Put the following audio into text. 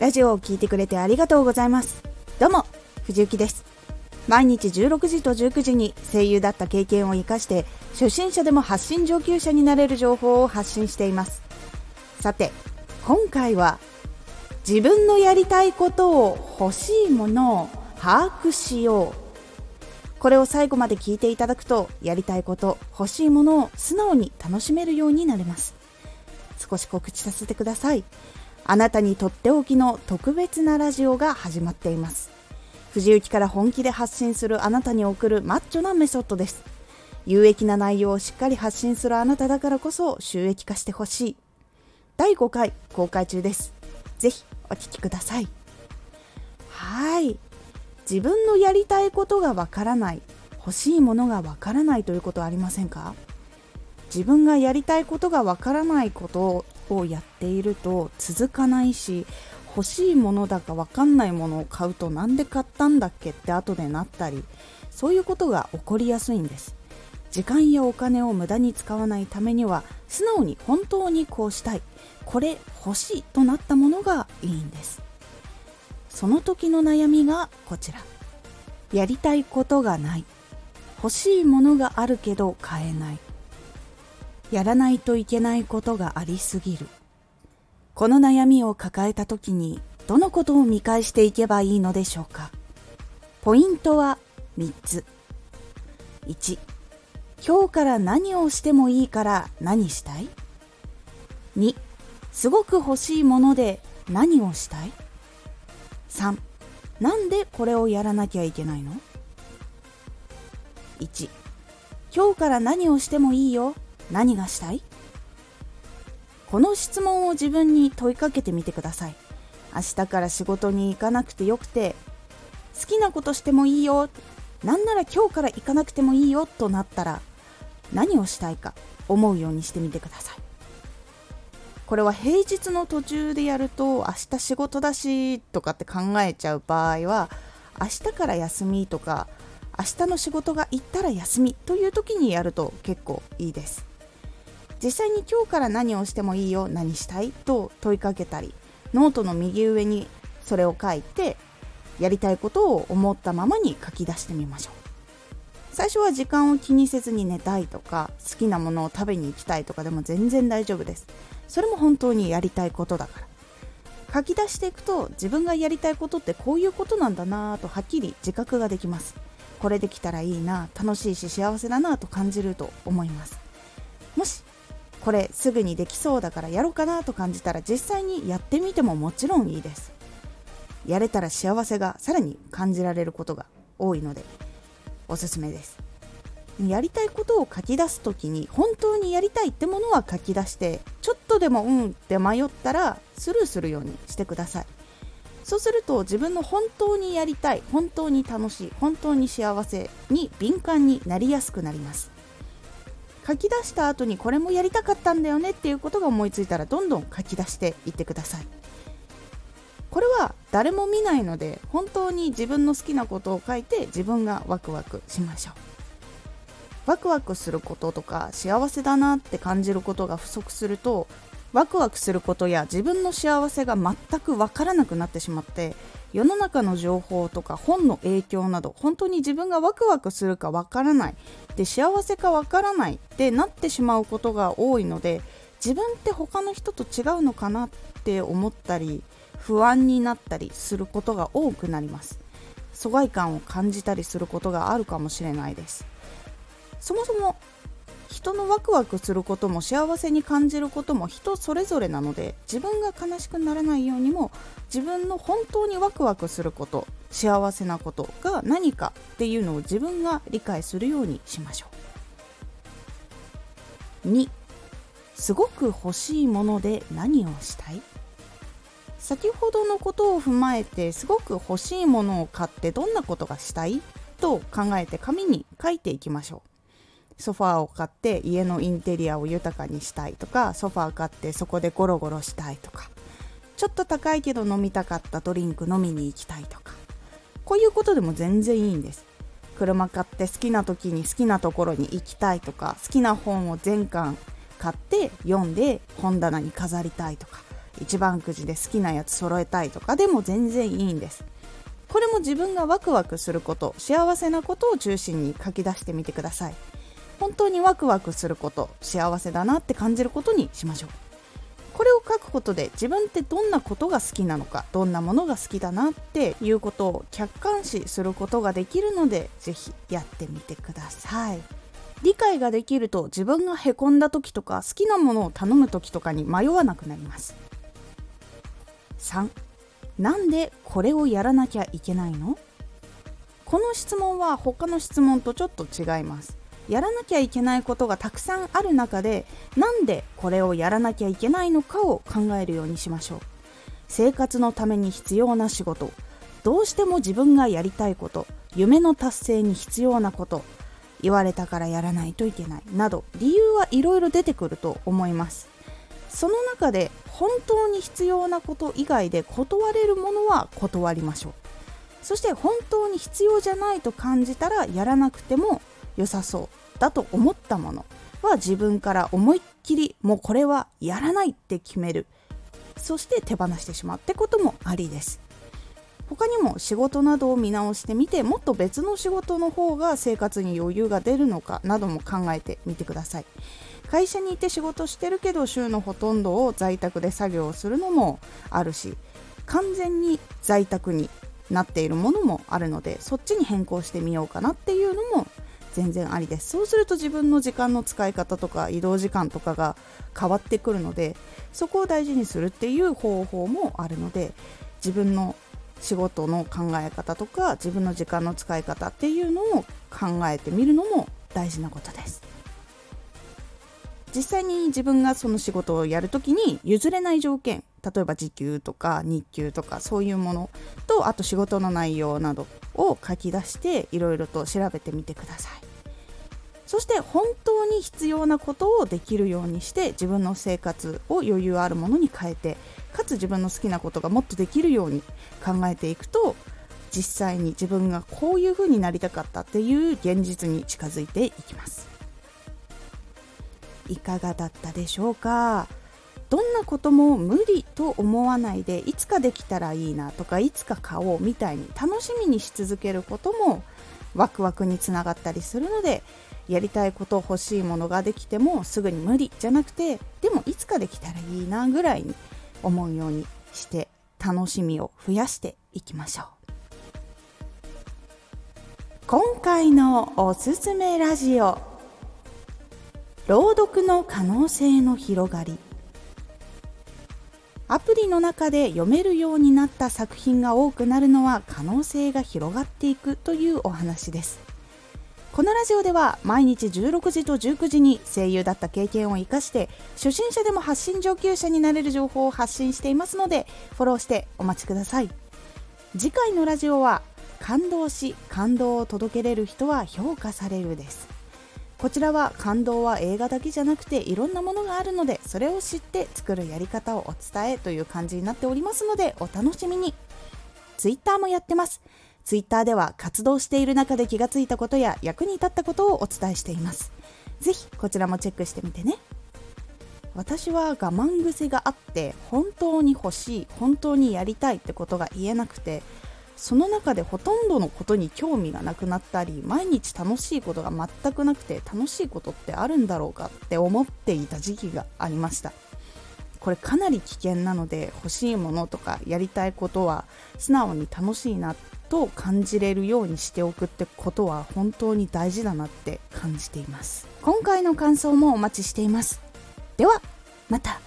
ラジオを聞いてくれてありがとうございます。どうも藤幸です。毎日16時と19時に声優だった経験を生かして初心者でも発信上級者になれる情報を発信しています。さて今回は自分のやりたいことを欲しいものを把握しよう。これを最後まで聞いていただくとやりたいこと欲しいものを素直に楽しめるようになれます。少し告知させてください。あなたにとっておきの特別なラジオが始まっています。藤幸から本気で発信するあなたに送るマッチョなメソッドです。有益な内容をしっかり発信するあなただからこそ収益化してほしい。第5回公開中です。ぜひお聞きください。はい。自分のやりたいことがわからない、欲しいものがわからないということはありませんか？自分がやりたいことがわからないことをやっていると続かないし、欲しいものだかわかんないものを買うとなんで買ったんだっけって後でなったり、そういうことが起こりやすいんです。時間やお金を無駄に使わないためには素直に本当にこうしたい、これ欲しいとなったものがいいんです。その時の悩みがこちら。やりたいことがない、欲しいものがあるけど買えない、やらないといけないことがありすぎる。この悩みを抱えた時にどのことを見返していけばいいのでしょうか。ポイントは3つ。1、今日から何をしてもいいから何したい？ 2、すごく欲しいもので何をしたい？ 3、なんでこれをやらなきゃいけないの？ 1、今日から何をしてもいいよ、何がしたい？この質問を自分に問いかけてみてください。明日から仕事に行かなくてよくて、好きなことしてもいいよ、なんなら今日から行かなくてもいいよとなったら、何をしたいか思うようにしてみてください。これは平日の途中でやると明日仕事だしとかって考えちゃう場合は、明日から休みとか明日の仕事が行ったら休みという時にやると結構いいです。実際に今日から何をしてもいいよ、何したいと問いかけたり、ノートの右上にそれを書いて、やりたいことを思ったままに書き出してみましょう。最初は時間を気にせずに寝たいとか、好きなものを食べに行きたいとかでも全然大丈夫です。それも本当にやりたいことだから。書き出していくと自分がやりたいことってこういうことなんだなとはっきり自覚ができます。これできたらいいな、楽しいし幸せだなと感じると思います。もしこれすぐにできそうだからやろうかなと感じたら、実際にやってみてももちろんいいです。やれたら幸せがさらに感じられることが多いのでおすすめです。やりたいことを書き出すときに本当にやりたいってものは書き出して、ちょっとでもって迷ったらスルーするようにしてください。そうすると自分の本当にやりたい、本当に楽しい、本当に幸せに敏感になりやすくなります。書き出した後にこれもやりたかったんだよねっていうことが思いついたら、どんどん書き出していってください。これは誰も見ないので、本当に自分の好きなことを書いて自分がワクワクしましょう。ワクワクすることとか幸せだなって感じることが不足すると、ワクワクすることや自分の幸せが全くわからなくなってしまって、世の中の情報とか本の影響など本当に自分がワクワクするかわからないで、幸せかわからないってなってしまうことが多いので、自分って他の人と違うのかなって思ったり不安になったりすることが多くなります。疎外感を感じたりすることがあるかもしれないです。そもそも人のワクワクすることも幸せに感じることも人それぞれなので、自分が悲しくならないようにも自分の本当にワクワクすること、幸せなことが何かっていうのを自分が理解するようにしましょう。2、すごく欲しいもので何をしたい？先ほどのことを踏まえて、すごく欲しいものを買ってどんなことがしたいと考えて紙に書いていきましょう。ソファーを買って家のインテリアを豊かにしたいとか、ソファー買ってそこでゴロゴロしたいとか、ちょっと高いけど飲みたかったドリンク飲みに行きたいとか、こういうことでも全然いいんです。車買って好きな時に好きなところに行きたいとか、好きな本を全巻買って読んで本棚に飾りたいとか、 一番くじで好きなやつ揃えたいとかでも全然いいんです。これも自分がワクワクすること、幸せなことを中心に書き出してみてください。本当にワクワクすること、幸せだなって感じることにしましょう。これを書くことで自分ってどんなことが好きなのか、どんなものが好きだなっていうことを客観視することができるので、ぜひやってみてください。理解ができると自分がへこんだ時とか好きなものを頼む時とかに迷わなくなります。3、なんでこれをやらなきゃいけないの？この質問は他の質問とちょっと違います。やらなきゃいけないことがたくさんある中で、なんでこれをやらなきゃいけないのかを考えるようにしましょう。生活のために必要な仕事、どうしても自分がやりたいこと、夢の達成に必要なこと、言われたからやらないといけないなど、理由はいろいろ出てくると思います。その中で本当に必要なこと以外で断れるものは断りましょう。そして本当に必要じゃないと感じたらやらなくても良さそうだと思ったものは自分から思いっきりもうこれはやらないって決める。そして手放してしまうってこともありです。他にも仕事などを見直してみて、もっと別の仕事の方が生活に余裕が出るのかなども考えてみてください。会社にいて仕事してるけど週のほとんどを在宅で作業をするのもあるし、完全に在宅になっているものもあるので、そっちに変更してみようかなっていうのも全然ありです。そうすると自分の時間の使い方とか移動時間とかが変わってくるので、そこを大事にするっていう方法もあるので、自分の仕事の考え方とか自分の時間の使い方っていうのを考えてみるのも大事なことです。実際に自分がその仕事をやるときに譲れない条件、例えば時給とか日給とかそういうものと、あと仕事の内容などを書き出していろいろと調べてみてください。そして本当に必要なことをできるようにして自分の生活を余裕あるものに変えて、かつ自分の好きなことがもっとできるように考えていくと、実際に自分がこういう風になりたかったっていう現実に近づいていきます。いかがだったでしょうか。どんなことも無理と思わないで、いつかできたらいいなとかいつか買おうみたいに楽しみにし続けることもワクワクにつながったりするので、やりたいこと、欲しいものができてもすぐに無理じゃなくて、でもいつかできたらいいなぐらいに思うようにして楽しみを増やしていきましょう。今回のおすすめラジオ、朗読の可能性の広がり。アプリの中で読めるようになった作品が多くなるのは可能性が広がっていくというお話です。このラジオでは毎日16時と19時に声優だった経験を生かして初心者でも発信上級者になれる情報を発信していますので、フォローしてお待ちください。次回のラジオは感動し感動を届けれる人は評価されるです。こちらは感動は映画だけじゃなくていろんなものがあるので、それを知って作るやり方をお伝えという感じになっておりますので、お楽しみに。ツイッターもやってます。ツイッターでは活動している中で気がついたことや役に立ったことをお伝えしています。ぜひこちらもチェックしてみてね。私は我慢癖があって、本当に欲しい、本当にやりたいってことが言えなくて、その中でほとんどのことに興味がなくなったり、毎日楽しいことが全くなくて、楽しいことってあるんだろうかって思っていた時期がありました。これかなり危険なので、欲しいものとかやりたいことは素直に楽しいなと感じれるようにしておくってことは本当に大事だなって感じています。今回の感想もお待ちしています。ではまた。